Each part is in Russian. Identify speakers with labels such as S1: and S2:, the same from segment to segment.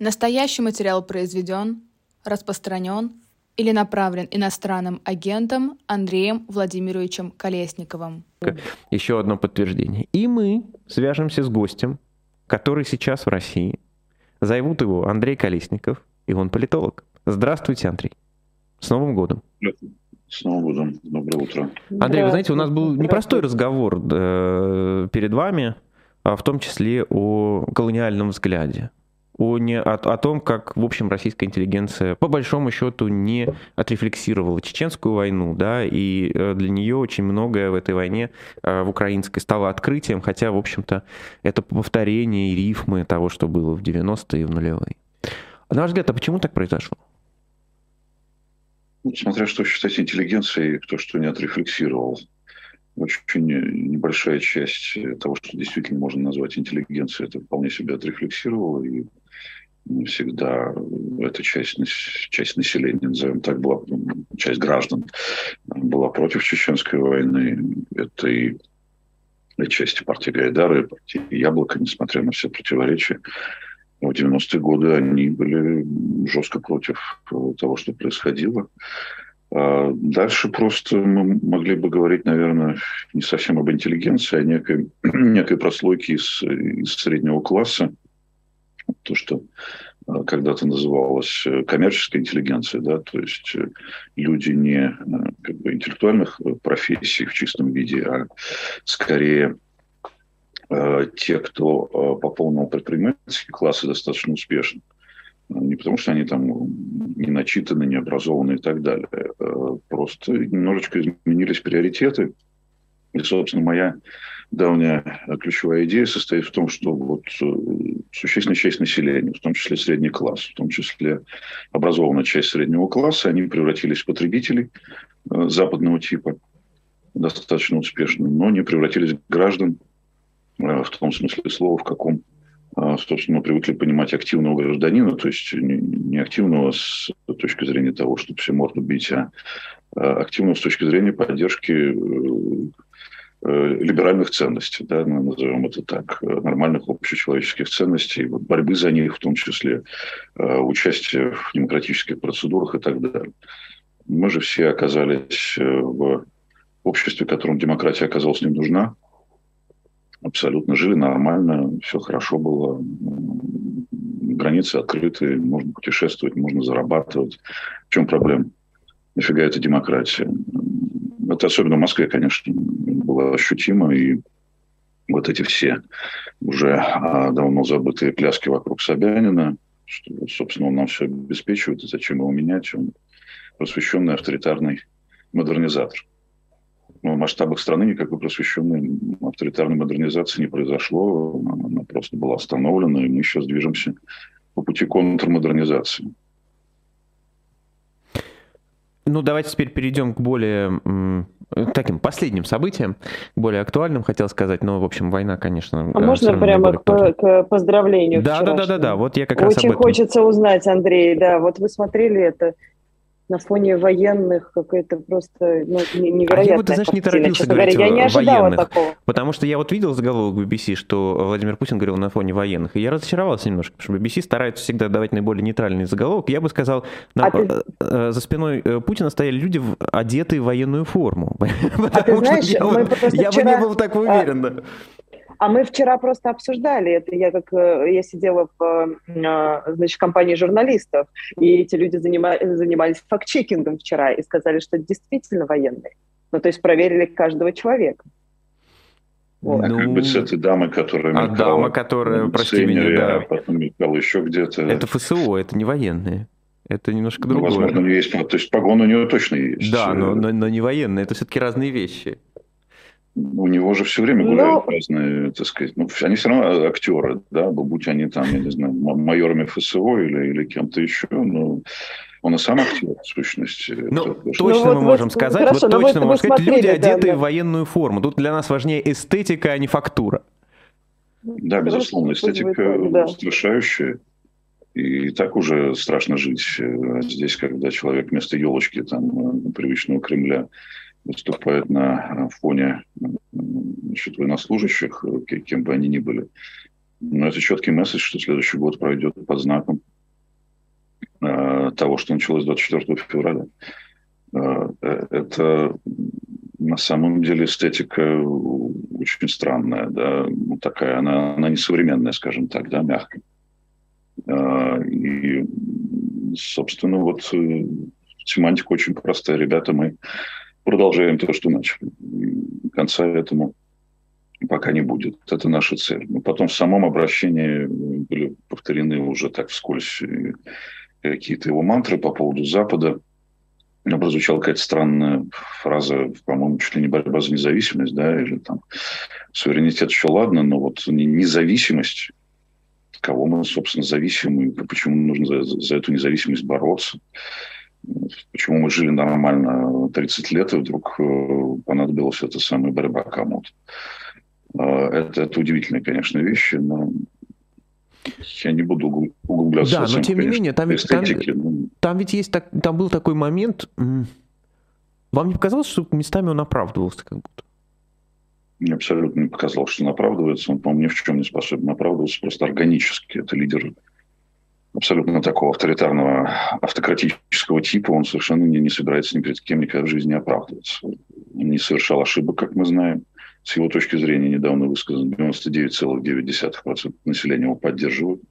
S1: Настоящий материал произведен, распространен или направлен иностранным агентом Андреем Владимировичем Колесниковым.
S2: Еще одно подтверждение. И мы свяжемся с гостем, который сейчас в России. Зовут его Андрей Колесников, и он политолог. Здравствуйте, Андрей. С Новым годом.
S3: С Новым годом. Доброе утро.
S2: Андрей, вы знаете, у нас был непростой разговор перед вами, в том числе о колониальном взгляде. О том, как, в общем, российская интеллигенция, по большому счету, не отрефлексировала чеченскую войну, да, и для нее очень многое в этой войне, в украинской, стало открытием, хотя, в общем-то, это повторение и рифмы того, что было в 90-е и в нулевые. На ваш взгляд, а почему так произошло?
S3: Смотря что считать интеллигенцией, кто что не отрефлексировал. Очень небольшая часть того, что действительно можно назвать интеллигенцией, это вполне себе отрефлексировала, и не всегда эта часть населения, назовем так, была, часть граждан была против Чеченской войны. Это и части партии Гайдара, и партии Яблоко, несмотря на все противоречия. В 90-е годы они были жестко против того, что происходило. Дальше просто мы могли бы говорить, наверное, не совсем об интеллигенции, а некой прослойке из среднего класса. То, что когда-то называлось коммерческой интеллигенцией, да, то есть люди не интеллектуальных профессий в чистом виде, а скорее те, кто пополнил предпринимательский класс и достаточно успешен. Не потому, что они там не начитаны, не образованы и так далее. Просто немножечко изменились приоритеты. И, собственно, моя давняя ключевая идея состоит в том, что вот существенная часть населения, в том числе средний класс, в том числе образованная часть среднего класса, они превратились в потребителей западного типа, достаточно успешно, но не превратились в граждан в том смысле слова, в каком, собственно, мы привыкли понимать активного гражданина, то есть не активного с точки зрения того, чтобы все морду бить, а активного с точки зрения поддержки либеральных ценностей, да, назовем это так, нормальных общечеловеческих ценностей, борьбы за них, в том числе участия в демократических процедурах и так далее. Мы же все оказались в обществе, в котором демократия оказалась не нужна, абсолютно жили нормально, все хорошо было, границы открыты, можно путешествовать, можно зарабатывать. В чем проблема? Нафига это демократия? Это особенно в Москве, конечно, было ощутимо, и вот эти все уже давно забытые пляски вокруг Собянина, что, собственно, он нам все обеспечивает, и зачем его менять, он просвещенный авторитарный модернизатор. Но в масштабах страны никакой просвещенной авторитарной модернизации не произошло. Она просто была остановлена, и мы сейчас движемся по пути контрмодернизации.
S2: Ну, давайте теперь перейдем к более таким последним событиям, к более актуальным, хотел сказать, но, в общем, война, конечно...
S4: А можно прямо к поздравлению вчерашнему?
S2: Да, вот я как раз об
S4: этом. Очень хочется узнать, Андрей, да, вот вы смотрели это на фоне военных, какое-то просто невероятное.
S2: А я бы, ты знаешь, не торопился говорить
S4: я не ожидала
S2: военных,
S4: такого.
S2: Потому что я вот видел заголовок BBC, что Владимир Путин говорил на фоне военных, и я разочаровался немножко, потому что BBC старается всегда давать наиболее нейтральный заголовок. Я бы сказал, за спиной Путина стояли люди, одетые в военную форму.
S4: Ты знаешь,
S2: я бы не был так уверен, да.
S4: А мы вчера просто обсуждали это. Я сидела в компании журналистов, и эти люди занимались факт-чекингом вчера и сказали, что это действительно военные. Ну, то есть проверили каждого человека.
S3: Вот. Как быть с этой дамой, которая мелькала?
S2: Дама, которая, прости меня, да.
S3: А потом мелькала еще где-то.
S2: Это ФСО, это не военные. Это немножко другое.
S3: Возможно, у нее есть, то есть погон у нее точно есть.
S2: Да, но не военные, это все-таки разные вещи.
S3: У него же все время гуляют разные, так сказать, они все равно актеры, да, будь они там, я не знаю, майорами ФСО или кем-то еще, но он и сам актер, в сущности.
S2: Точно мы можем сказать,
S4: хорошо,
S2: точно мы можем сказать, люди, одетые
S4: да.
S2: в военную форму. Тут для нас важнее эстетика, а не фактура.
S3: Да, безусловно, эстетика устрашающая. И так уже страшно жить. Здесь, когда человек вместо елочки там привычного Кремля выступает на фоне военнослужащих, кем бы они ни были, Но это четкий месседж, что следующий год пройдет под знаком того, что началось 24 февраля. Это на самом деле эстетика очень странная, да, ну, такая, она несовременная, скажем так, да, мягкая. И, собственно, вот семантика очень простая. Ребята, мы продолжаем то, что начали. И конца этому пока не будет. Это наша цель. Но потом в самом обращении были повторены уже так вскользь какие-то его мантры по поводу Запада. Прозвучала какая-то странная фраза, по-моему, чуть ли не борьба за независимость, да, или там суверенитет еще ладно, но вот независимость, кого мы, собственно, зависим, и почему нужно за эту независимость бороться, почему мы жили нормально 30 лет, и вдруг понадобилась эта самая борьба кому-то. Это удивительные, конечно, вещи, но я не буду углубляться.
S2: Да, но тем не менее, там ведь есть там был такой момент. Вам не показалось, что местами он оправдывался как будто?
S3: Мне абсолютно не показалось, что он оправдывается. Он, по-моему, ни в чем не способен оправдываться, просто органически. Это лидер абсолютно такого авторитарного, автократического типа. Он совершенно не собирается ни перед кем никогда в жизни оправдываться. Он не совершал ошибок, как мы знаем. С его точки зрения, недавно высказано, 99,9% населения его поддерживают.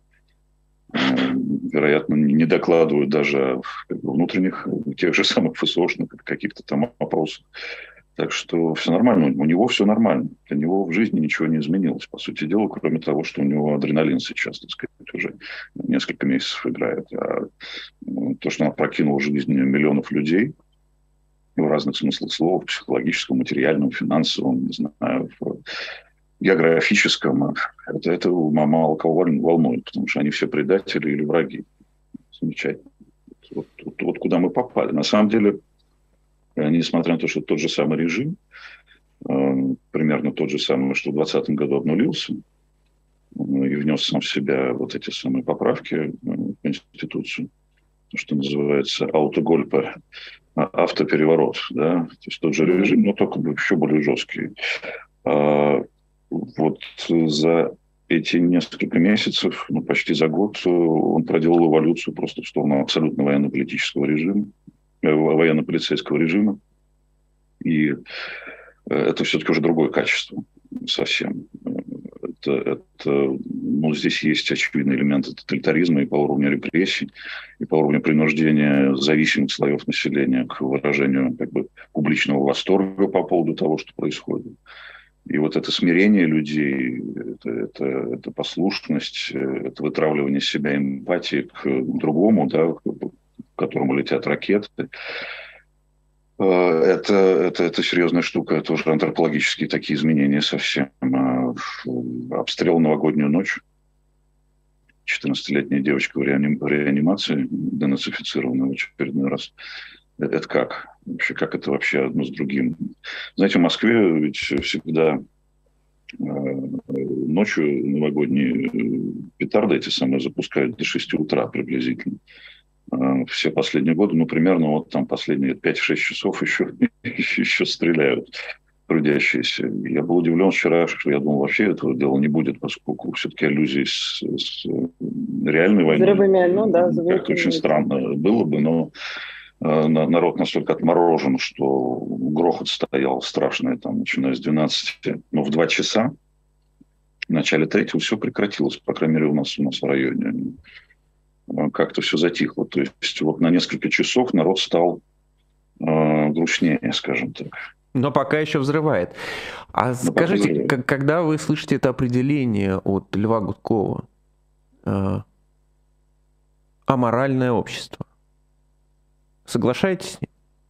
S3: Вероятно, не докладывают даже внутренних, тех же самых ФСОшных, каких-то там опросов. Так что все нормально. У него все нормально. Для него в жизни ничего не изменилось, по сути дела, кроме того, что у него адреналин сейчас, так сказать, уже несколько месяцев играет. А то, что он опрокинул жизнь миллионов людей, в разных смыслах слова, психологическом, материальном, финансовом, не знаю, географическом, это мало кого волнует, потому что они все предатели или враги. Замечательно. Вот куда мы попали. На самом деле, несмотря на то, что тот же самый режим, примерно тот же самый, что в 2020 году обнулился, и внес сам в себя вот эти самые поправки в Конституцию, что называется аутогольпе, автопереворот, да, то есть тот же режим, но только еще более жесткий. Вот за эти несколько месяцев, ну, почти за год, он проделал эволюцию просто в сторону абсолютно военно-политического режима, военно-полицейского режима. И это все-таки уже другое качество совсем. Ну, здесь есть очевидные элементы тоталитаризма и по уровню репрессий, и по уровню принуждения зависимых слоев населения к выражению как бы публичного восторга по поводу того, что происходит. И вот это смирение людей, это послушность, это вытравливание из себя эмпатии к другому, да, к которому летят ракеты. Это серьезная штука, это уже антропологические такие изменения совсем. Обстрел в новогоднюю ночь. 14-летняя девочка в реанимации, денацифицированная в очередной раз. Это как? Вообще, как это вообще одно с другим? Знаете, в Москве ведь всегда ночью новогодние петарды эти самые запускают до 6 утра приблизительно. Все последние годы, ну, примерно вот там последние 5-6 часов еще стреляют трудящиеся. Я был удивлен вчера, что я думал, вообще этого дела не будет, поскольку все-таки аллюзии с реальной войной.
S4: Взрывами, ну да,
S3: как очень странно было бы, но народ настолько отморожен, что грохот стоял страшный, там, начиная с 12, но в 2 часа, в начале 3-го все прекратилось, по крайней мере, у нас в районе. Как-то все затихло. То есть вот на несколько часов народ стал грустнее, скажем так.
S2: Но пока еще взрывает. А скажите, когда вы слышите это определение от Льва Гудкова, аморальное общество, соглашаетесь с ним?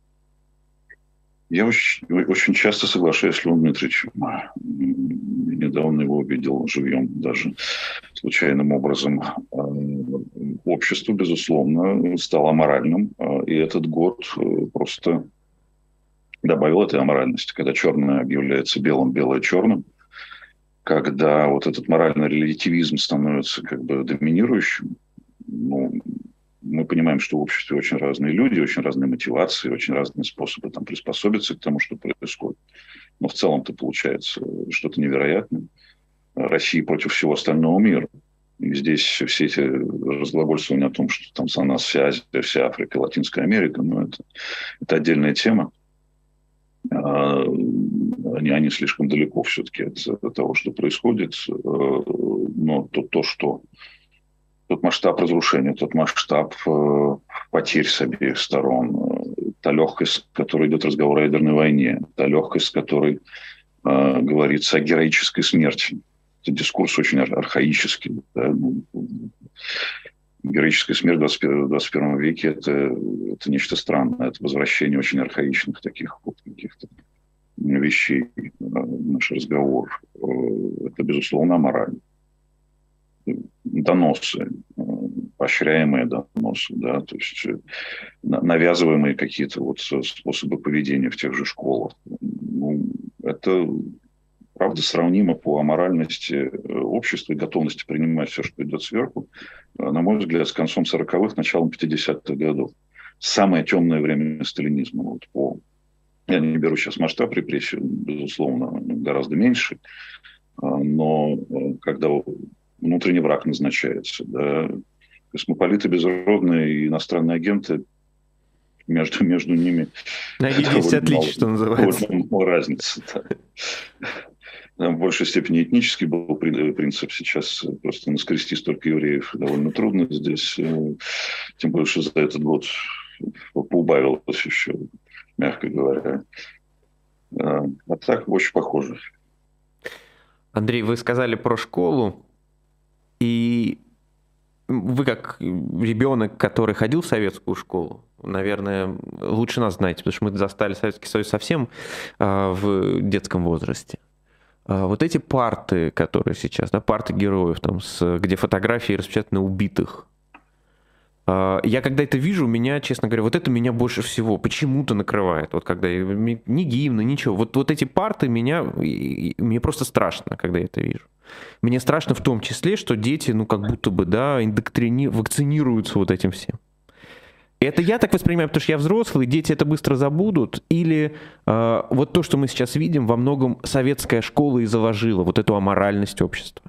S3: Я очень часто соглашаюсь с Львом Дмитриевичем. Недавно его увидел живьем даже случайным образом. Общество, безусловно, стало аморальным. И этот год просто добавил этой аморальности. Когда черное объявляется белым, белое черным, когда вот этот моральный релятивизм становится как бы доминирующим, ну, мы понимаем, что в обществе очень разные люди, очень разные мотивации, очень разные способы там приспособиться к тому, что происходит. Но в целом-то получается что-то невероятное. России против всего остального мира. И здесь все эти разглагольствования о том, что там за нас вся Азия, вся Африка, Латинская Америка, ну, это отдельная тема. Они слишком далеко все-таки от того, что происходит. Но тот масштаб разрушения, тот масштаб потерь с обеих сторон, та легкость, с которой идет разговор о ядерной войне, та легкость, с которой говорится о героической смерти. Это дискурс очень архаический. Да? Героическая смерть в 21 веке – это нечто странное. Это возвращение очень архаичных таких вот каких-то вещей в наш разговор. Это, безусловно, аморально. Доносы, поощряемые доносы, да, то есть навязываемые какие-то вот способы поведения в тех же школах. Ну, это, правда, сравнимо по аморальности общества и готовности принимать все, что идет сверху, на мой взгляд, с концом 40-х, началом 50-х годов. Самое темное время сталинизма. Вот я не беру сейчас масштаб репрессий, безусловно, гораздо меньше, но когда внутренний враг назначается, да, космополиты безродные и иностранные агенты, между ними...
S2: Найди 10 отличий, что называется.
S3: Разница, да. Там в большей степени этнический был принцип. Сейчас просто наскрести столько евреев довольно трудно здесь. Тем более, что за этот год поубавилось еще, мягко говоря. А так очень похоже.
S2: Андрей, вы сказали про школу. И вы, как ребенок, который ходил в советскую школу, наверное, лучше нас знаете, потому что мы застали Советский Союз совсем в детском возрасте. Вот эти парты, которые сейчас, да, парты героев, там, где фотографии распечатаны убитых, я когда это вижу, меня, честно говоря, вот это меня больше всего почему-то накрывает. Вот когда ни гимна, ничего. Вот эти парты мне просто страшно, когда я это вижу. Мне страшно в том числе, что дети, ну, как будто бы, да, вакцинируются вот этим всем. Это я так воспринимаю, потому что я взрослый, дети это быстро забудут, или вот то, что мы сейчас видим, во многом советская школа и заложила вот эту аморальность общества?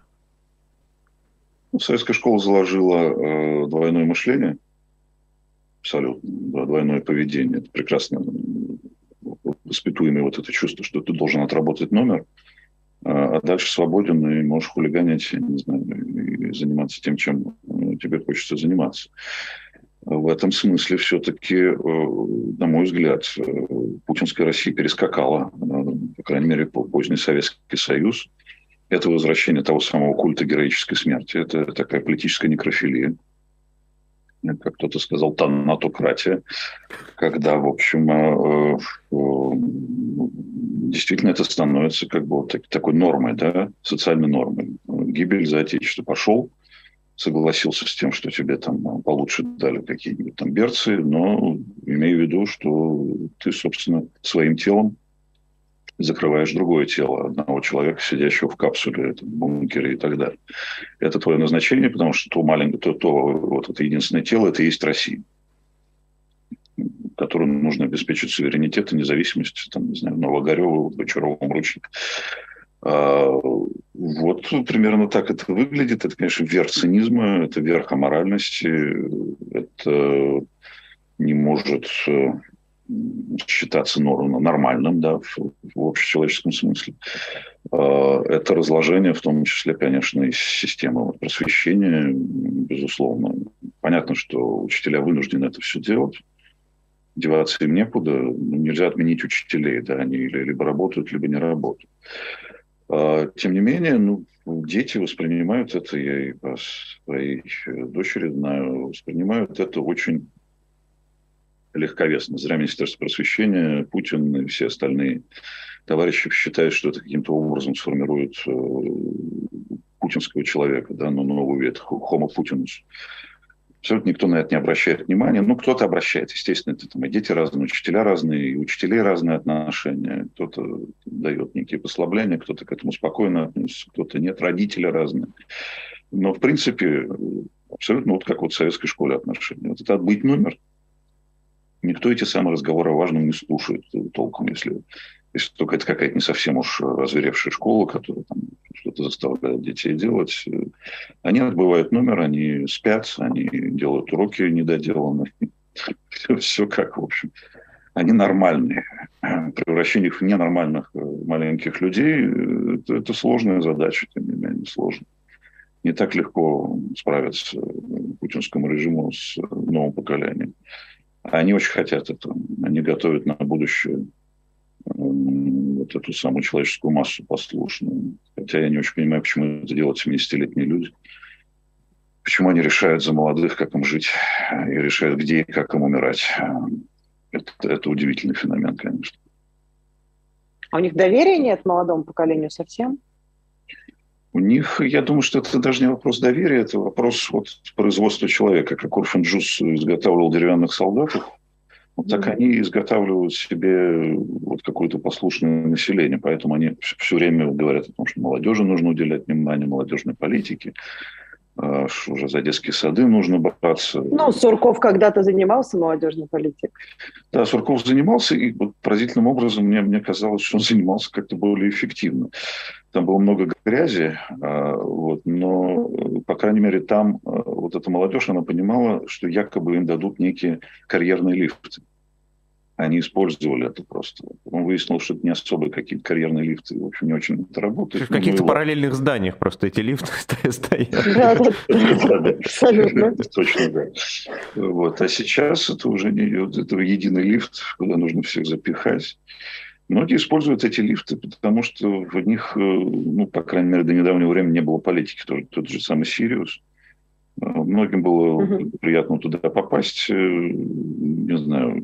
S3: Советская школа заложила двойное мышление, абсолютно, да, двойное поведение. Это прекрасно воспитуемое вот это чувство, что ты должен отработать номер, а дальше свободен и можешь хулиганить, не знаю, и заниматься тем, чем тебе хочется заниматься. В этом смысле все-таки, на мой взгляд, путинская Россия перескакала, по крайней мере, поздний Советский Союз. Это возвращение того самого культа героической смерти. Это такая политическая некрофилия. Как кто-то сказал, танатократия. Когда, в общем, действительно это становится как бы вот такой нормой, да, социальной нормой. Гибель за отечество. Пошел, согласился с тем, что тебе там получше дали какие-нибудь там берцы, но имея в виду, что ты, собственно, своим телом закрываешь другое тело одного человека, сидящего в капсуле, в бункере и так далее. Это твое назначение, потому что вот это единственное тело, это и есть Россия, которому нужно обеспечить суверенитет и независимость, там, не знаю, Новогарева, Бочарова, Мручник. Вот примерно так это выглядит. Это, конечно, верх цинизма, это верх аморальности, это не может считаться нормальным, да, в общечеловеческом смысле. Это разложение, в том числе, конечно, и системы просвещения, безусловно. Понятно, что учителя вынуждены это все делать. Деваться им некуда. Нельзя отменить учителей, да, они либо работают, либо не работают. Тем не менее, дети воспринимают это, я и по своей дочери знаю, воспринимают это очень легковесно. Зря Министерство просвещения, Путин и все остальные товарищи считают, что это каким-то образом сформирует путинского человека, да, новый вид, homo Putinus. Абсолютно никто на это не обращает внимания. Кто-то обращает. Естественно, это там и дети разные, учителя разные, и учителей разные отношения. Кто-то дает некие послабления, кто-то к этому спокойно относится, кто-то нет. Родители разные. Но, в принципе, абсолютно вот как вот в советской школе отношения. Вот это отбыть номер. Никто эти самые разговоры о важном не слушает толком, если Если только это какая-то не совсем уж озверевшая школа, которая там что-то заставляет детей делать. Они отбывают номер, они спят, они делают уроки недоделанные. Все как, в общем. Они нормальные. Превращение их в ненормальных маленьких людей – это сложная задача, тем не менее, сложно. Не так легко справиться путинскому режиму с новым поколением. Они очень хотят этого. Они готовят на будущее вот эту самую человеческую массу послушную. Хотя я не очень понимаю, почему это делают 70-летние люди. Почему они решают за молодых, как им жить, и решают, где и как им умирать. Это удивительный феномен, конечно.
S4: А у них доверия нет молодому поколению совсем?
S3: У них, я думаю, что это даже не вопрос доверия, это вопрос вот производства человека. Как Урфин-Джюс изготавливал деревянных солдатов, вот так они изготавливают себе вот какое-то послушное население. Поэтому они все время говорят о том, что молодежи нужно уделять внимание, молодежной политике, что уже за детские сады нужно браться.
S4: Ну, Сурков когда-то занимался молодежной политикой.
S3: Да, Сурков занимался, и вот поразительным образом мне казалось, что он занимался как-то более эффективно. Там было много грязи, вот, но, по крайней мере, там вот эта молодежь, она понимала, что якобы им дадут некие карьерные лифты. Они использовали это просто. Он выяснил, что это не особо какие-то карьерные лифты. В общем, не очень это работает.
S2: В каких-то параллельных зданиях просто эти лифты стоят.
S4: Да, абсолютно.
S3: Точно, да. Вот. А сейчас это уже не это единый лифт, куда нужно всех запихать. Многие используют эти лифты, потому что в них, ну, по крайней мере, до недавнего времени не было политики. Тот же самый Сириус. Многим было приятно туда попасть. Не знаю,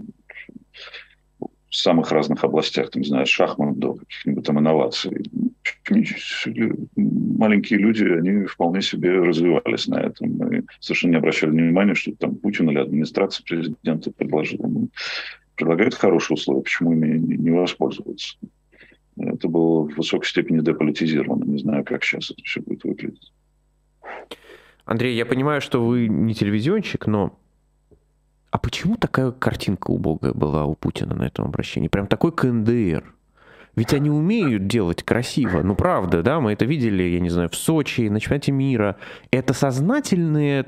S3: в самых разных областях, там, не знаю, от шахмат до каких-нибудь там инноваций. Маленькие люди, они вполне себе развивались на этом. И совершенно не обращали внимания, что там Путин или администрация президента предлагают хорошие условия, почему ими не воспользоваться. Это было в высокой степени деполитизировано. Не знаю, как сейчас это все будет выглядеть.
S2: Андрей, я понимаю, что вы не телевизионщик, но а почему такая картинка убогая была у Путина на этом обращении? Прям такой КНДР. Ведь они умеют делать красиво. Ну, правда, да, мы это видели, я не знаю, в Сочи, на чемпионате мира. Это сознательный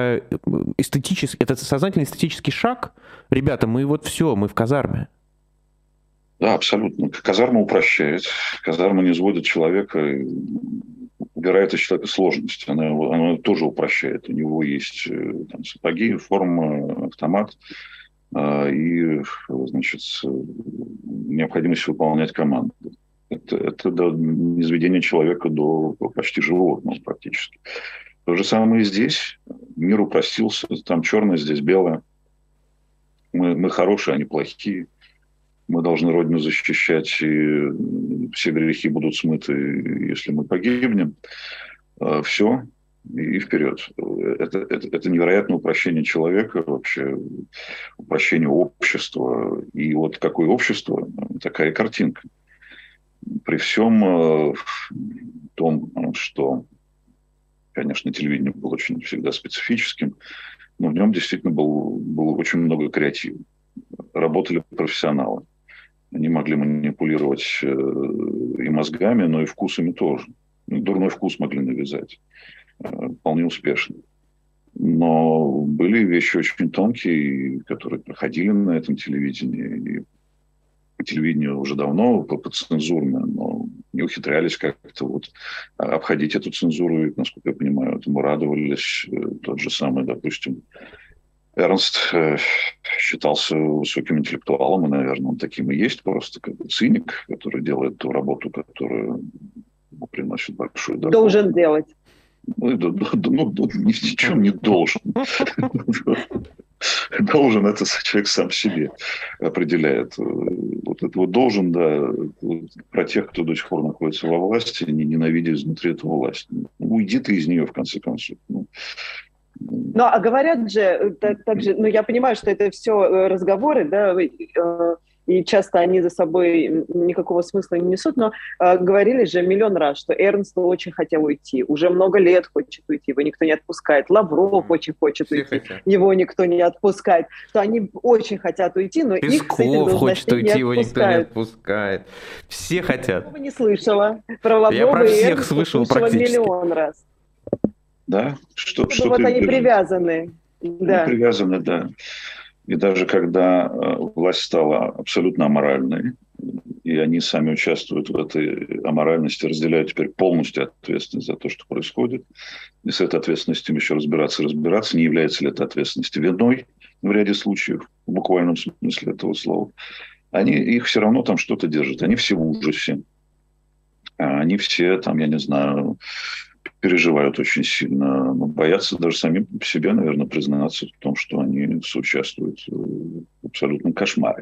S2: эстетический шаг. Ребята, мы вот все, мы в казарме.
S3: Да, абсолютно. Казарма упрощает. Казарма не сводит человека, убирает из человека сложность. Она тоже упрощает. У него есть там, сапоги, форма, автомат и, значит, необходимость выполнять команды. Это низведение человека до почти животного практически. То же самое и здесь. Мир упростился. Там черное, здесь белое. Мы хорошие, они плохие. Мы должны Родину защищать, и все грехи будут смыты, если мы погибнем. Все, и вперед. Это невероятное упрощение человека, вообще упрощение общества. И вот какое общество, такая картинка. При всем том, что, конечно, телевидение было очень всегда специфическим, но в нем действительно было очень много креатива. Работали профессионалы. Они могли манипулировать и мозгами, но и вкусами тоже. Дурной вкус могли навязать. Вполне успешно. Но были вещи очень тонкие, которые проходили на этом телевидении. И телевидение уже давно подцензурное, но не ухитрялись как-то вот обходить эту цензуру. И, насколько я понимаю, этому радовались. Тот же самый, допустим, Эрнст считался высоким интеллектуалом, и, наверное, он таким и есть, просто как бы циник, который делает ту работу, которая ему приносит большой доход.
S4: Должен делать.
S3: Ничего не должен. Должен, это человек сам себе определяет. Вот это вот должен, да, про тех, кто до сих пор находится во власти, не ненавидя изнутри эту власть. Уйди ты из нее, в конце концов.
S4: Ну, а говорят же, также, ну, я понимаю, что это все разговоры, да, и часто они за собой никакого смысла не несут, но говорили же миллион раз, что Эрнст очень хотел уйти, уже много лет хочет уйти, его никто не отпускает, Лавров очень хочет
S2: Все
S4: уйти,
S2: хотят.
S4: его никто не отпускает, что они очень хотят уйти, но их с этих
S2: Песков хочет
S4: должностей
S2: уйти,
S4: не
S2: его никто не
S4: отпускают.
S2: отпускает. Все хотят.
S4: Такого не слышала. Про Лаврова
S2: Я про
S4: и
S2: всех
S4: Эрнста
S2: слышал
S4: слышала
S2: практически.
S4: миллион раз.
S3: Да? Что
S4: Вот
S3: ты
S4: они
S3: держишь?
S4: привязаны.
S3: Они
S4: Да.
S3: привязаны, да. И даже когда власть стала абсолютно аморальной, и они сами участвуют в этой аморальности, разделяют теперь полностью ответственность за то, что происходит, и с этой ответственностью еще разбираться, не является ли эта ответственность виной в ряде случаев, в буквальном смысле этого слова, их все равно там что-то держат. Они все в ужасе. Они все там, я не знаю, переживают очень сильно, но боятся даже самим себе, наверное, признаться в том, что они соучаствуют в абсолютном кошмаре.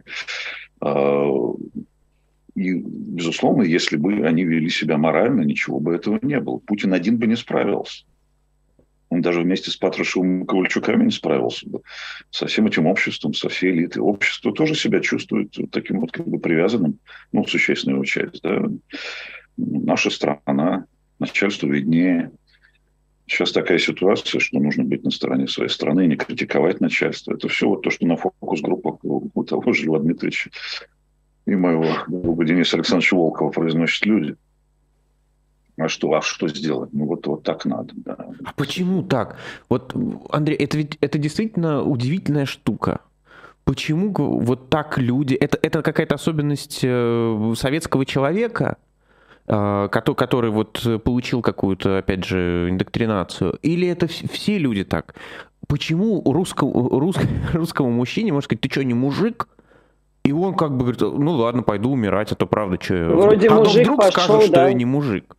S3: И, безусловно, если бы они вели себя морально, ничего бы этого не было. Путин один бы не справился. Он даже вместе с Патрушевым и Ковальчуками не справился бы. Со всем этим обществом, со всей элитой. Общество тоже себя чувствует таким вот как бы привязанным, ну, существенную его часть. Да? Наша страна, начальству виднее. Сейчас такая ситуация, что нужно быть на стороне своей страны, не критиковать начальство. Это все вот то, что на фокус-группах у того же Льва Дмитриевича и моего друга Дениса Александровича Волкова произносят люди. А что сделать? Ну, вот так надо. Да.
S2: А почему так? Вот, Андрей, это действительно удивительная штука. Почему вот так люди... Это какая-то особенность советского человека, который вот получил какую-то, опять же, индоктринацию? Или это все люди так? Почему русскому мужчине можно сказать, ты что, не мужик? И он как бы говорит, ну ладно, пойду умирать, а то правда, что...
S4: Вроде мужик
S2: вдруг
S4: пошел,
S2: скажут, что
S4: да.
S2: я не мужик.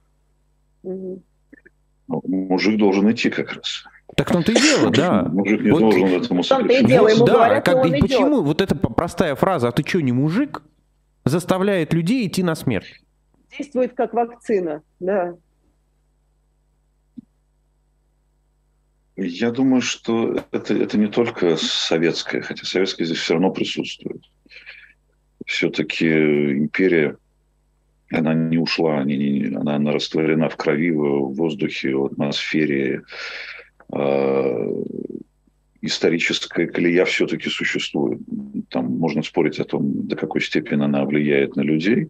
S3: Мужик должен идти как раз.
S2: Так в том-то и дело, да.
S3: Мужик не должен этому
S4: том-то и дело, ему говорят, и он идет.
S2: Почему вот эта простая фраза «а ты что, не мужик?» заставляет людей идти на смерть?
S4: Действует как вакцина, да.
S3: Я думаю, что это не только советское, хотя советское здесь все равно присутствует. Все-таки империя, она не ушла, она растворена в крови, в воздухе, в атмосфере. Историческая колея все-таки существует. Там можно спорить о том, до какой степени она влияет на людей,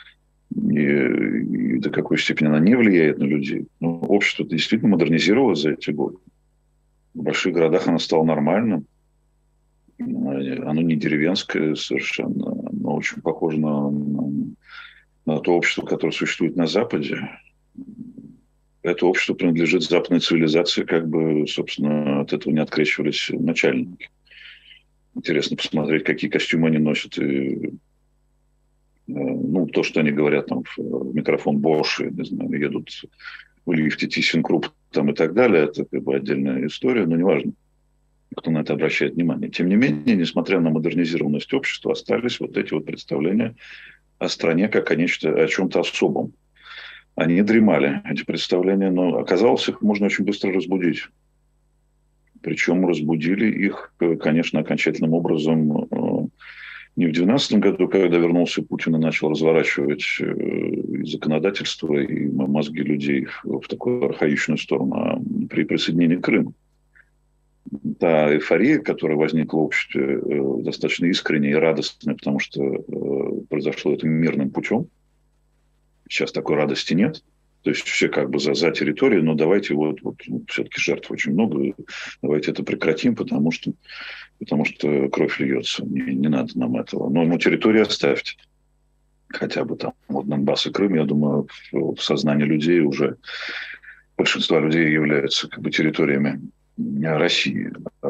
S3: и до какой степени она не влияет на людей. Но общество действительно модернизировалось за эти годы. В больших городах оно стало нормальным. Оно не деревенское совершенно, но очень похоже на то общество, которое существует на Западе. Это общество принадлежит западной цивилизации, как бы, собственно, от этого не открещивались начальники. Интересно посмотреть, какие костюмы они носят. И, ну, то, что они говорят там в микрофон Bosch, не знаю, едут в лифте ThyssenKrupp там и так далее, это как бы отдельная история, но неважно, кто на это обращает внимание. Тем не менее, несмотря на модернизированность общества, остались вот эти вот представления о стране как о чем-то особом. Они дремали, эти представления, но оказалось, их можно очень быстро разбудить. Причем разбудили их, конечно, окончательным образом не в 2012 году, когда вернулся Путин и начал разворачивать и законодательство, и мозги людей в такую архаичную сторону, а при присоединении Крыма. Та эйфория, которая возникла в обществе, достаточно искренняя и радостная, потому что произошло это мирным путем. Сейчас такой радости нет. То есть все как бы за территорией, но давайте вот все-таки жертв очень много, давайте это прекратим, потому что кровь льется, не надо нам этого. Но территорию оставьте. Хотя бы там вот Донбасс и Крым, я думаю, в сознании людей уже большинство людей являются как бы территориями России.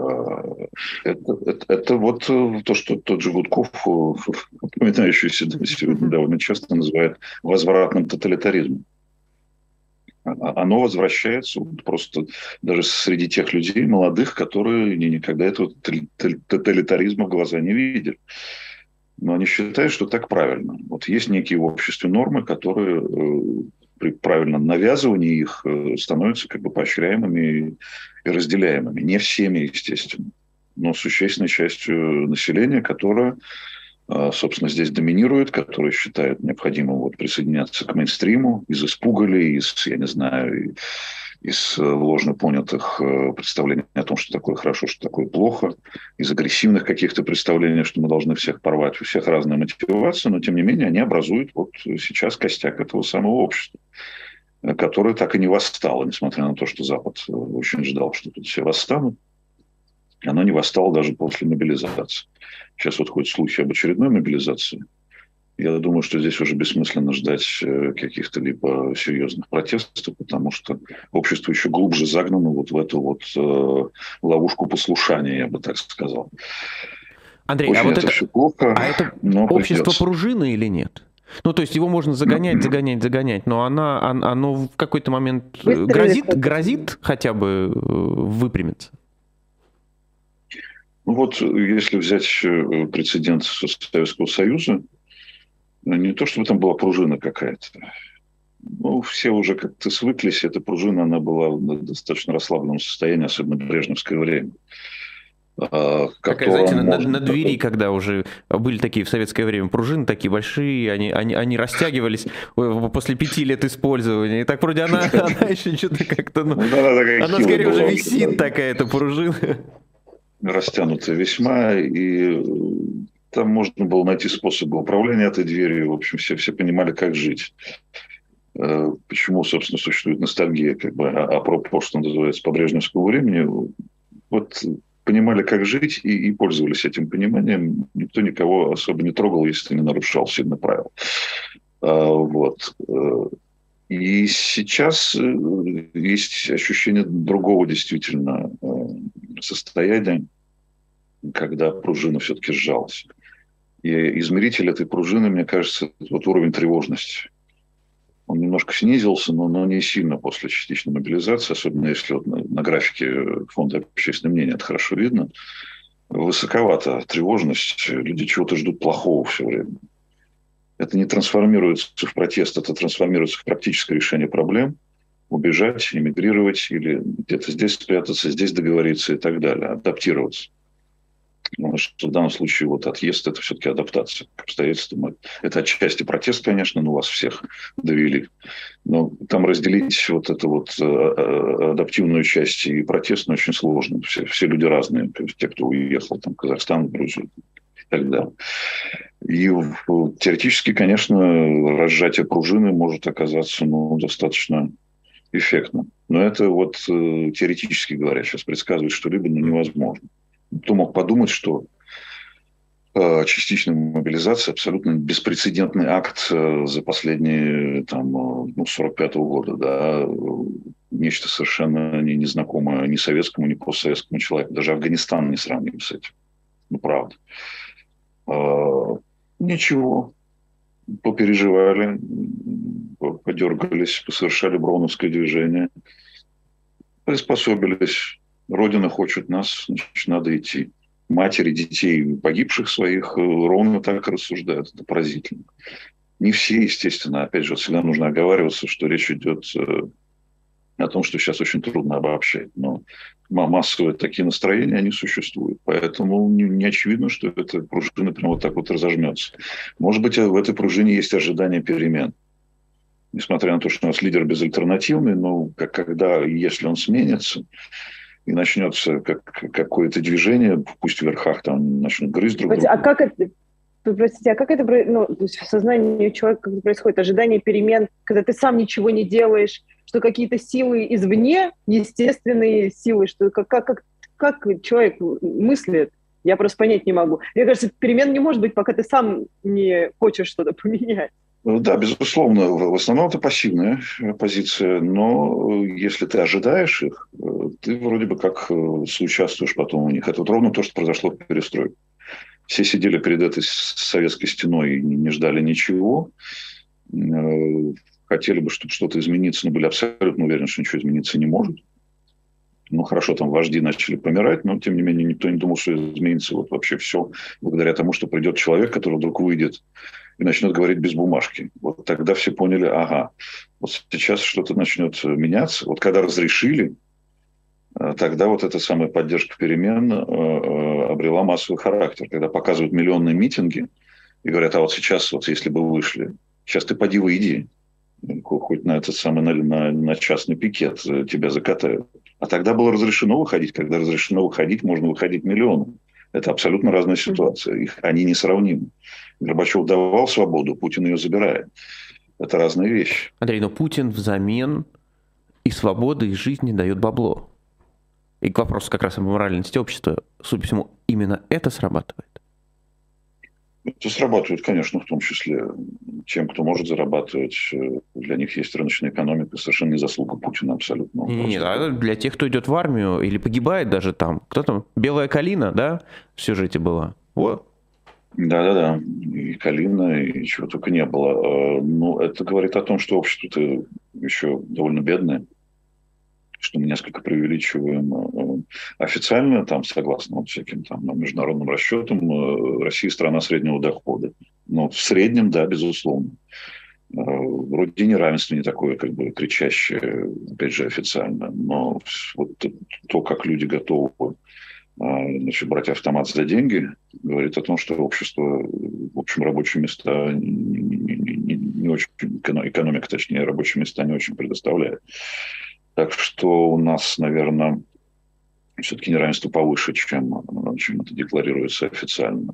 S3: Это вот то, что тот же Гудков, упоминающийся сегодня довольно часто, называет возвратным тоталитаризмом. Оно возвращается просто даже среди тех людей молодых, которые никогда этого тоталитаризма в глаза не видели. Но они считают, что так правильно. Вот есть некие в обществе нормы, которые при правильном навязывании их становятся как бы поощряемыми и разделяемыми. Не всеми, естественно, но существенной частью населения, которая собственно, здесь доминирует, которые считают необходимым вот присоединяться к мейнстриму из испуга ли, я не знаю, из ложно понятых представлений о том, что такое хорошо, что такое плохо, из агрессивных каких-то представлений, что мы должны всех порвать. У всех разная мотивация, но, тем не менее, они образуют вот сейчас костяк этого самого общества, которое так и не восстало, несмотря на то, что Запад очень ждал, что тут все восстанут. Оно не восстало даже после мобилизации. Сейчас вот ходят слухи об очередной мобилизации. Я думаю, что здесь уже бессмысленно ждать каких-то либо серьезных протестов, потому что общество еще глубже загнано вот в эту вот ловушку послушания, я бы так сказал.
S2: Андрей,
S3: очень
S2: а вот
S3: это все плохо,
S2: это
S3: но
S2: общество
S3: придется.
S2: Пружины или нет? Ну, то есть его можно загонять, но оно в какой-то момент грозит хотя бы выпрямиться?
S3: Ну вот, если взять прецедент Советского Союза, не то чтобы там была пружина какая-то. Ну, все уже как-то свыклись. Эта пружина, она была в достаточно расслабленном состоянии, особенно в брежневское время.
S2: Такая, знаете, на двери, когда уже были такие в советское время пружины, такие большие, они растягивались после 5 лет использования. И так вроде она еще что-то как-то... она скорее уже висит такая, эта пружина.
S3: Растянутая весьма, и там можно было найти способы управления этой дверью. В общем, все понимали, как жить. Почему, собственно, существует ностальгия, как бы, апропо, что называется, по брежневскому времени. Вот понимали, как жить, и пользовались этим пониманием. Никто никого особо не трогал, если ты не нарушал сильно правил. Вот. И сейчас есть ощущение другого действительно состояния, когда пружина все-таки сжалась. И измеритель этой пружины, мне кажется, вот уровень тревожности. Он немножко снизился, но не сильно после частичной мобилизации, особенно если вот на графике Фонда общественного мнения это хорошо видно. Высоковата тревожность, люди чего-то ждут плохого все время. Это не трансформируется в протест, это трансформируется в практическое решение проблем. Убежать, эмигрировать или где-то здесь спрятаться, здесь договориться и так далее. Адаптироваться. Потому что в данном случае вот отъезд – это все-таки адаптация к обстоятельствам. Это отчасти протест, конечно, но вас всех довели. Но там разделить вот эту вот адаптивную часть и протестную очень сложно. Все люди разные. То есть те, кто уехал там, в Казахстан, в Грузию и так далее. И теоретически, конечно, разжатие пружины может оказаться достаточно эффектно. Но это вот теоретически говоря, сейчас предсказывать что-либо невозможно. Кто мог подумать, что частичная мобилизация абсолютно беспрецедентный акт за последние 45-го года, да, нечто совершенно незнакомое ни советскому, ни постсоветскому человеку. Даже Афганистан не сравним с этим. Ну, правда. Ничего. Попереживали, подергались, посовершали броуновское движение, приспособились. Родина хочет нас, значит, надо идти. Матери детей погибших своих ровно так и рассуждают. Это поразительно. Не все, естественно. Опять же, всегда нужно оговариваться, что речь идет о том, что сейчас очень трудно обобщать. Но массовые такие настроения, они существуют. Поэтому не очевидно, что эта пружина прямо вот так вот разожмется. Может быть, в этой пружине есть ожидание перемен. Несмотря на то, что у нас лидер безальтернативный, но когда и если он сменится, и начнется какое-то движение, пусть в верхах там начнут грызть друг друга.
S4: А как это, простите, то есть в сознании человека как происходит ожидание перемен, когда ты сам ничего не делаешь, что какие-то силы извне, естественные силы, что как человек мыслит, я просто понять не могу. Мне кажется, перемен не может быть, пока ты сам не хочешь что-то поменять.
S3: Да, безусловно, в основном это пассивная позиция, но если ты ожидаешь их, ты вроде бы как соучаствуешь потом у них. Это вот ровно то, что произошло в перестройке. Все сидели перед этой советской стеной и не ждали ничего. Хотели бы, чтобы что-то измениться, но были абсолютно уверены, что ничего измениться не может. Ну, хорошо, там вожди начали помирать, но, тем не менее, никто не думал, что изменится вот вообще все, благодаря тому, что придет человек, который вдруг выйдет и начнет говорить без бумажки. Вот тогда все поняли, ага, вот сейчас что-то начнет меняться. Вот когда разрешили, тогда вот эта самая поддержка перемен обрела массовый характер. Когда показывают миллионные митинги, И говорят, а вот сейчас, вот если бы вышли, сейчас ты поди выйди, хоть на этот самый, на частный пикет тебя закатают. А тогда было разрешено выходить. Когда разрешено выходить, можно выходить миллионом. Это абсолютно разная ситуация. Они несравнимы. Горбачев давал свободу, Путин ее забирает. Это разные вещи.
S2: Андрей, но Путин взамен и свободы, и жизни дает бабло. И к вопросу как раз об моральности общества, судя по всему, именно это срабатывает.
S3: Это срабатывает, конечно, в том числе тем, кто может зарабатывать. Для них есть рыночная экономика, совершенно не заслуга Путина абсолютно.
S2: Нет, а для тех, кто идет в армию или погибает даже там, кто там, Белая Калина, да, в сюжете была? Вот.
S3: Да. И Калина, и чего только не было. Ну, это говорит о том, что общество-то еще довольно бедное, что мы несколько преувеличиваем. Официально, там, согласно вот всяким там международным расчетам, Россия страна среднего дохода. Но в среднем, да, безусловно. Вроде неравенство не такое, как бы, кричащее, опять же, официально. Но вот то, как люди готовы, значит, брать автомат за деньги, говорит о том, что общество, в общем, рабочие места не очень, экономика, точнее, рабочие места не очень предоставляет. Так что у нас, наверное, все-таки неравенство повыше, чем это декларируется официально.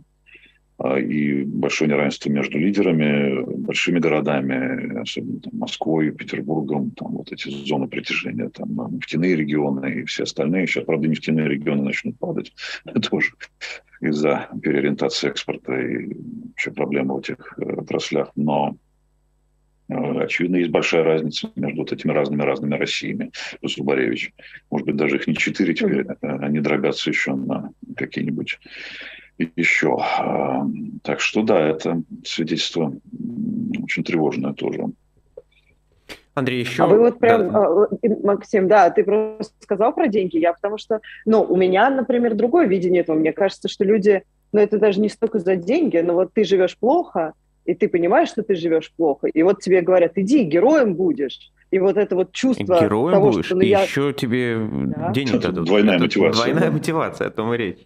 S3: И большое неравенство между лидерами, большими городами, особенно там, Москвой, Петербургом, там вот эти зоны притяжения, там нефтяные регионы и все остальные. Сейчас, правда, нефтяные регионы начнут падать тоже из-за переориентации экспорта и вообще проблемы в этих отраслях. Но очевидно, есть большая разница между вот этими разными Россиями, Зубаревич. Может быть, даже их не 4 теперь, они дробятся еще на какие-нибудь еще. Так что да, это свидетельство очень тревожное тоже.
S2: Андрей, еще...
S4: А вы вот прям, да. Максим, да, ты просто сказал про деньги, потому что, у меня, например, другое видение этого. Мне кажется, что люди, это даже не столько за деньги, но вот ты живешь плохо, и ты понимаешь, что ты живешь плохо, и вот тебе говорят, иди, героем будешь. И вот это вот чувство
S2: героем
S4: того,
S2: будешь,
S4: что...
S2: и еще тебе денег дадут.
S3: Двойная мотивация.
S2: Двойная мотивация, о том и речь.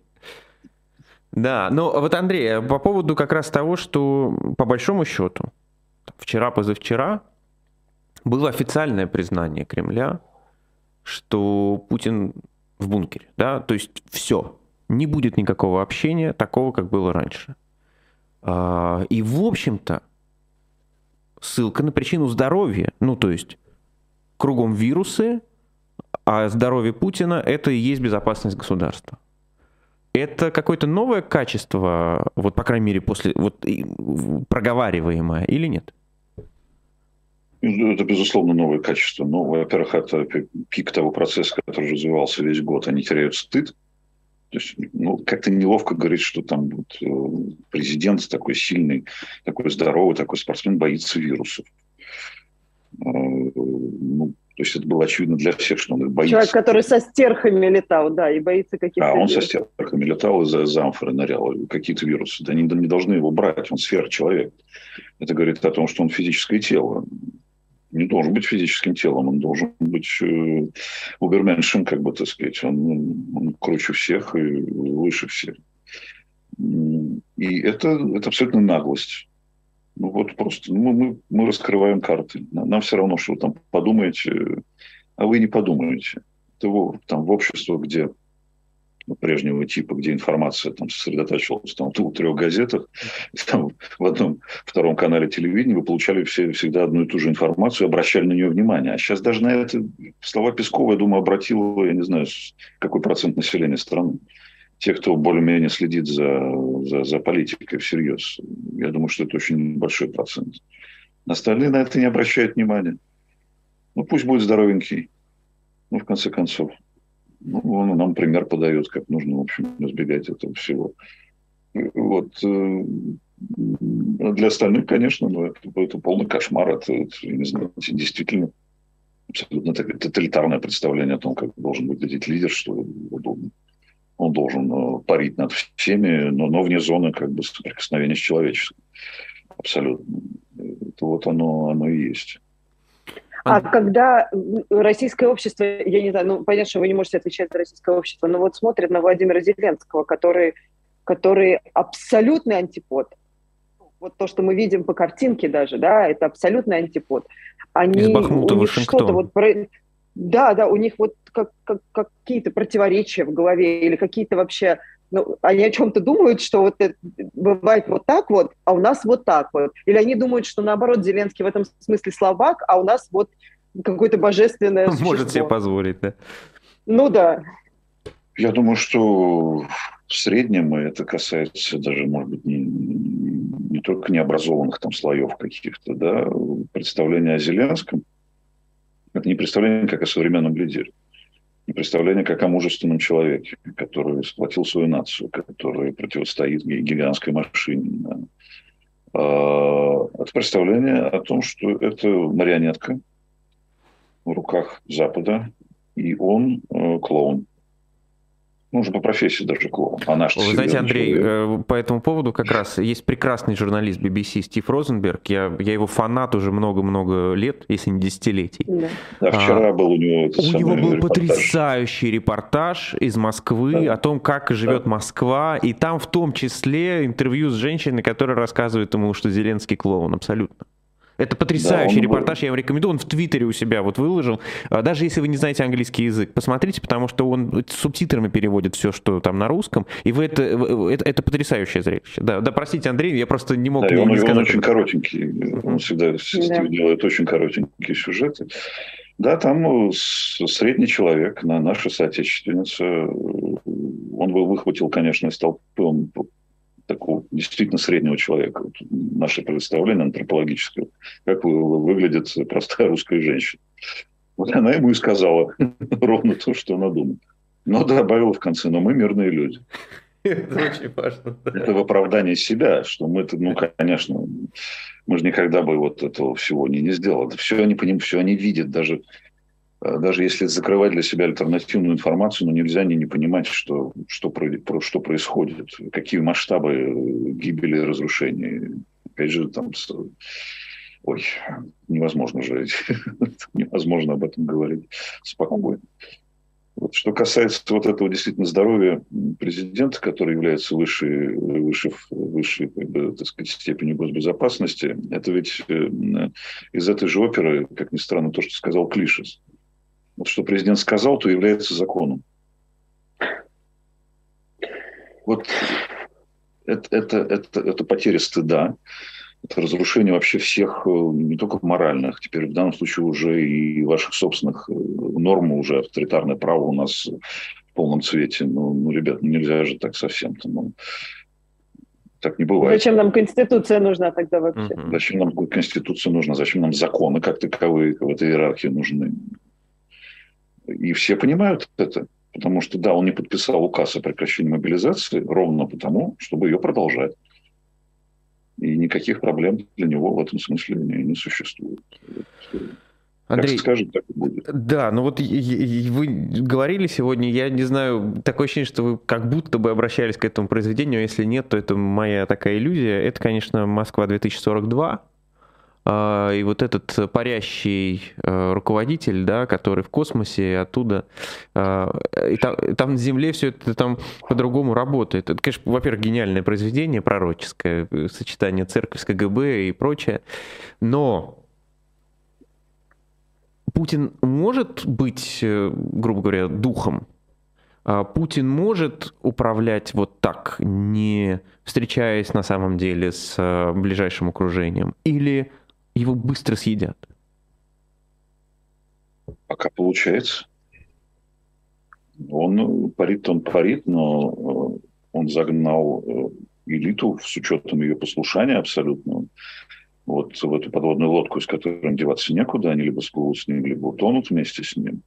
S2: Да, вот, Андрей, по поводу как раз того, что по большому счету вчера-позавчера было официальное признание Кремля, что Путин в бункере, да, то есть все, не будет никакого общения такого, как было раньше. И, в общем-то, ссылка на причину здоровья, то есть кругом вирусы, а здоровье Путина – это и есть безопасность государства. Это какое-то новое качество, вот, по крайней мере, после проговариваемое или нет?
S3: Это, безусловно, новое качество. Во-первых, это пик того процесса, который развивался весь год. Они теряют стыд. То есть, как-то неловко говорить, что там президент такой сильный, такой здоровый, такой спортсмен боится вирусов. То есть это было очевидно для всех, что он их боится.
S4: Человек, который со стерхами летал, да, и боится каких-то
S3: он
S4: вирусов.
S3: со стерхами летал, из-за амфоры нырял, какие-то вирусы. Да они не должны его брать, он сверхчеловек. Это говорит о том, что он физическое тело. Не должен быть физическим телом, он должен быть уберменшем, как бы, так сказать. Он круче всех и выше всех. И это абсолютно наглость. Просто мы раскрываем карты. Нам все равно, что вы там подумаете, а вы не подумаете. Это там в обществе, где прежнего типа, где информация там сосредотачивалась в 2-3 газетах, там, в одном, втором канале телевидения, вы получали всегда одну и ту же информацию, обращали на нее внимание. А сейчас даже на это слова Пескова, я думаю, обратило, я не знаю, какой процент населения страны. Те, кто более-менее следит за политикой всерьез. Я думаю, что это очень большой процент. Остальные на это не обращают внимания. Пусть будет здоровенький. В конце концов. Он нам пример подает, как нужно, в общем, избегать этого всего. Для остальных, конечно, это полный кошмар. Это, я не знаю, действительно абсолютно тоталитарное представление о том, как должен выглядеть лидер, что он должен парить над всеми, но вне зоны как бы соприкосновения с человеческим. Абсолютно. Это оно и есть.
S4: А когда российское общество, я не знаю, понятно, что вы не можете отвечать за российское общество, но смотрит на Владимира Зеленского, который абсолютный антипод. Вот то, что мы видим по картинке даже, да, это абсолютный антипод.
S2: Из Бахмута в
S4: У них что-то
S2: Вашингтон.
S4: Да, у них вот какие-то противоречия в голове или какие-то вообще, ну, они о чем-то думают, что вот это бывает вот так вот, а у нас вот так вот. Или они думают, что наоборот Зеленский в этом смысле слабак, а у нас вот какое-то божественное существо.
S2: Может себе позволить, да.
S4: Ну да.
S3: Я думаю, что в среднем, и это касается даже, может быть, не только необразованных там слоев каких-то, да, представление о Зеленском – это не представление как о современном лидере, не представление как о мужественном человеке, который сплотил свою нацию, который противостоит гигантской машине. Да. Это представление о том, что это марионетка в руках Запада, и он клоун. Ну, уже по профессии даже клоун.
S2: Вы знаете, Андрей, по этому поводу как раз есть прекрасный журналист BBC Стив Розенберг. Я его фанат уже много-много лет, если не десятилетий.
S3: Да, вчера был у него
S2: был потрясающий репортаж из Москвы о том, как живет Москва. И там в том числе интервью с женщиной, которая рассказывает ему, что Зеленский клоун. Абсолютно. Это потрясающий репортаж, я вам рекомендую, он в Твиттере у себя вот выложил. Даже если вы не знаете английский язык, посмотрите, потому что он с субтитрами переводит все, что там на русском, и это потрясающее зрелище. Да, простите, Андрей, я просто не мог не сказать.
S3: Он очень коротенький, он всегда делает очень коротенькие сюжеты. Да, там средний человек, наша соотечественница, он выхватил, конечно, из толпы, он такого действительно среднего человека. Вот наше представление антропологическое, как выглядит простая русская женщина. Вот она ему и сказала ровно то, что она думает. Но добавила в конце, но мы мирные люди.
S2: Это очень важно.
S3: Это в оправдании себя, что мы, конечно, мы же никогда бы вот этого всего не сделали. Все они понимают, все они видят, даже если закрывать для себя альтернативную информацию, но нельзя не понимать, что происходит, какие масштабы гибели и разрушений. Опять же, там, невозможно жить, невозможно об этом говорить спокойно. Вот, что касается вот этого действительно здоровья президента, который является высшей так сказать, степенью госбезопасности, это ведь из этой же оперы, как ни странно, то, что сказал Клишес. Вот что президент сказал, то является законом. Вот это потеря стыда, это разрушение вообще всех, не только моральных, теперь в данном случае уже и ваших собственных норм, уже авторитарное право у нас в полном цвете. Ребят, нельзя же так совсем-то. Так не бывает.
S4: Зачем нам Конституция нужна тогда вообще?
S3: Зачем нам Конституция нужна? Зачем нам законы как таковые в этой иерархии нужны? И все понимают это, потому что, да, он не подписал указ о прекращении мобилизации ровно потому, чтобы ее продолжать. И никаких проблем для него в этом смысле не существует.
S2: Андрей,
S3: как скажет, так и будет.
S2: Да, вот вы говорили сегодня, я не знаю, такое ощущение, что вы как будто бы обращались к этому произведению, если нет, то это моя такая иллюзия. Это, конечно, «Москва-2042». И вот этот парящий руководитель, да, который в космосе, оттуда, и там на Земле все это там по-другому работает. Это, конечно, во-первых, гениальное произведение, пророческое, сочетание церкви с КГБ и прочее, но Путин может быть, грубо говоря, духом? Путин может управлять вот так, не встречаясь на самом деле с ближайшим окружением? Или его быстро съедят?
S3: Пока получается. Он парит, но он загнал элиту с учетом ее послушания абсолютно вот в эту подводную лодку, из которой им деваться некуда. Они либо всплывут с ним, либо утонут вместе с ним.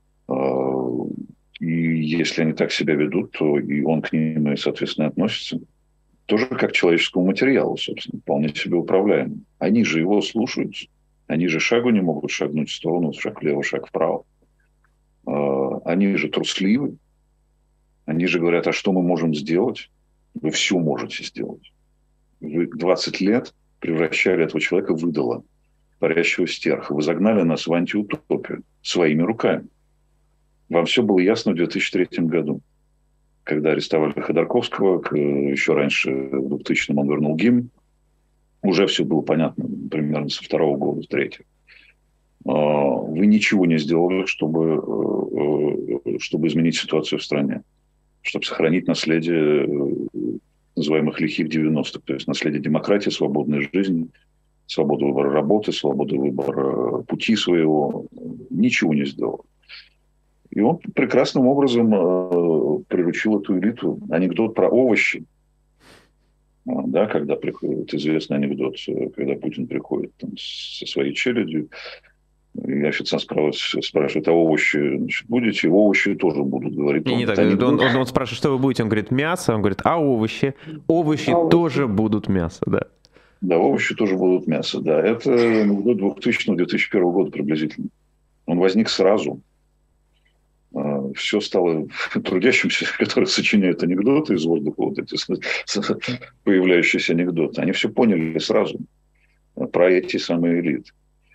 S3: И если они так себя ведут, то и он к ним, соответственно, относится. Тоже как к человеческому материалу, собственно, вполне себе управляемый. Они же его слушаются. Они же шагу не могут шагнуть в сторону, шаг влево, шаг вправо. Они же трусливы. Они же говорят, а что мы можем сделать? Вы все можете сделать. Вы 20 лет превращали этого человека в идола, парящего стерха. Вы загнали нас в антиутопию своими руками. Вам все было ясно в 2003 году, когда арестовали Ходорковского, еще раньше, в 2000-м он вернул гимн, уже все было понятно примерно со 2-го года, с 3-го. Вы ничего не сделали, чтобы изменить ситуацию в стране, чтобы сохранить наследие называемых лихих 90-х, то есть наследие демократии, свободной жизни, свободы выбора работы, свободы выбора пути своего. Ничего не сделал. И он прекрасным образом приручил эту элиту. Анекдот про овощи. Да, когда приходит известный анекдот, когда Путин приходит там, со своей челядью, и официант спрашивает, а овощи, значит, будете? Овощи тоже будут, говорит он.
S2: Не так, он спрашивает, что вы будете? Он говорит, мясо. Он говорит, а овощи? Овощи тоже будут мясо, да.
S3: Да, овощи тоже будут мясо, да. Это анекдот 2000-2001 года приблизительно. Он возник сразу. Все стало трудящимся, которые сочиняют анекдоты из воздуха, вот эти появляющиеся анекдоты. Они все поняли сразу про эти самые элиты.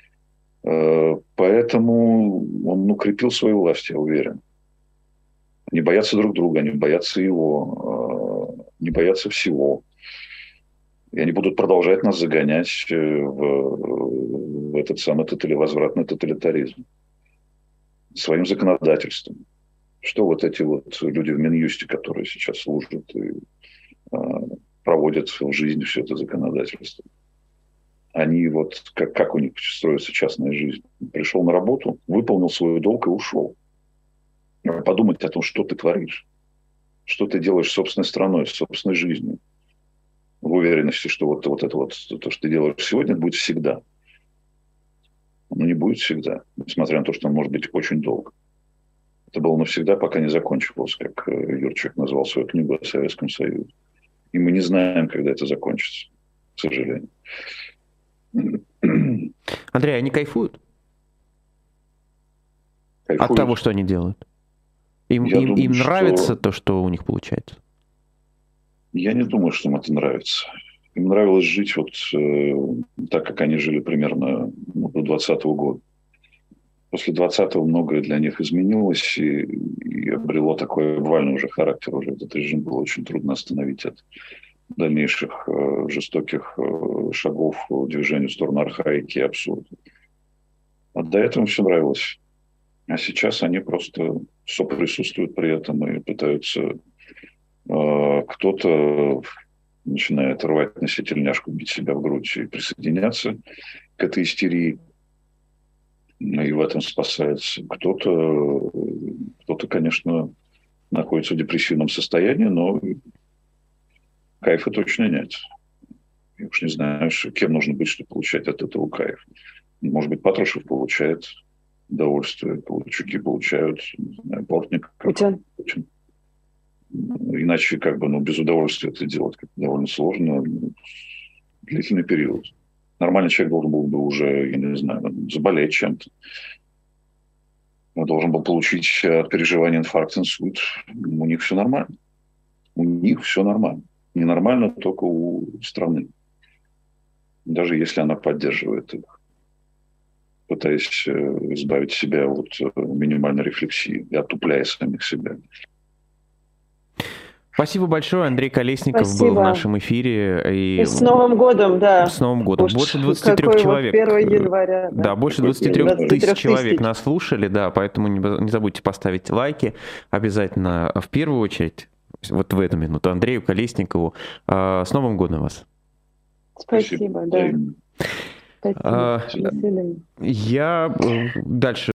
S3: Поэтому он укрепил свою власть, я уверен. Они боятся друг друга, они боятся его, не боятся всего. И они будут продолжать нас загонять в этот самый возвратный тоталитаризм своим законодательством. Что вот эти вот люди в Минюсте, которые сейчас служат и проводят в жизнь все это законодательство, они вот, как у них строится частная жизнь? Пришел на работу, выполнил свой долг и ушел. Подумать о том, что ты творишь, что ты делаешь с собственной страной, с собственной жизнью. В уверенности, что вот это то, что ты делаешь сегодня, будет всегда. Но не будет всегда, несмотря на то, что он может быть очень долго. Это было навсегда, пока не закончилось, как Юрчик назвал свою книгу о Советском Союзе. И мы не знаем, когда это закончится, к сожалению.
S2: Андрей, они кайфуют? От того, что они делают? Им нравится то, что у них получается?
S3: Я не думаю, что им это нравится. Им нравилось жить вот так, как они жили примерно до 2020 года. После 2020 многое для них изменилось и обрело такой обвальный уже характер. Уже этот режим было очень трудно остановить от дальнейших жестоких шагов движения в сторону архаики и абсурда. А до этого все нравилось. А сейчас они просто соприсутствуют при этом и пытаются... Кто-то начинает рвать на себе тельняшку, бить себя в грудь и присоединяться к этой истерии. И в этом спасается. Кто-то, конечно, находится в депрессивном состоянии, но кайфа точно нет. Я уж не знаю, кем нужно быть, чтобы получать от этого кайф. Может быть, Патрушев получает удовольствие, Ковальчуки получают, не знаю, Бортник. Путин. Иначе без удовольствия это делать довольно сложно. Длительный период. Нормальный человек должен был бы уже, я не знаю, заболеть чем-то. Он должен был получить от переживания инфаркт, инсульт. У них все нормально. У них все нормально. Ненормально только у страны. Даже если она поддерживает их, пытаясь избавить себя от минимальной рефлексии и отупляя самих себя.
S2: Спасибо большое. Андрей Колесников был в нашем эфире.
S4: И с Новым годом, да.
S2: С Новым годом. Больше 23 человек.
S4: 1 января.
S2: Да, больше 23 тысяч человек нас слушали, да, поэтому не забудьте поставить лайки. Обязательно, в первую очередь, вот в эту минуту, Андрею Колесникову. С Новым годом вас.
S4: Спасибо, да. Спасибо.
S2: Я дальше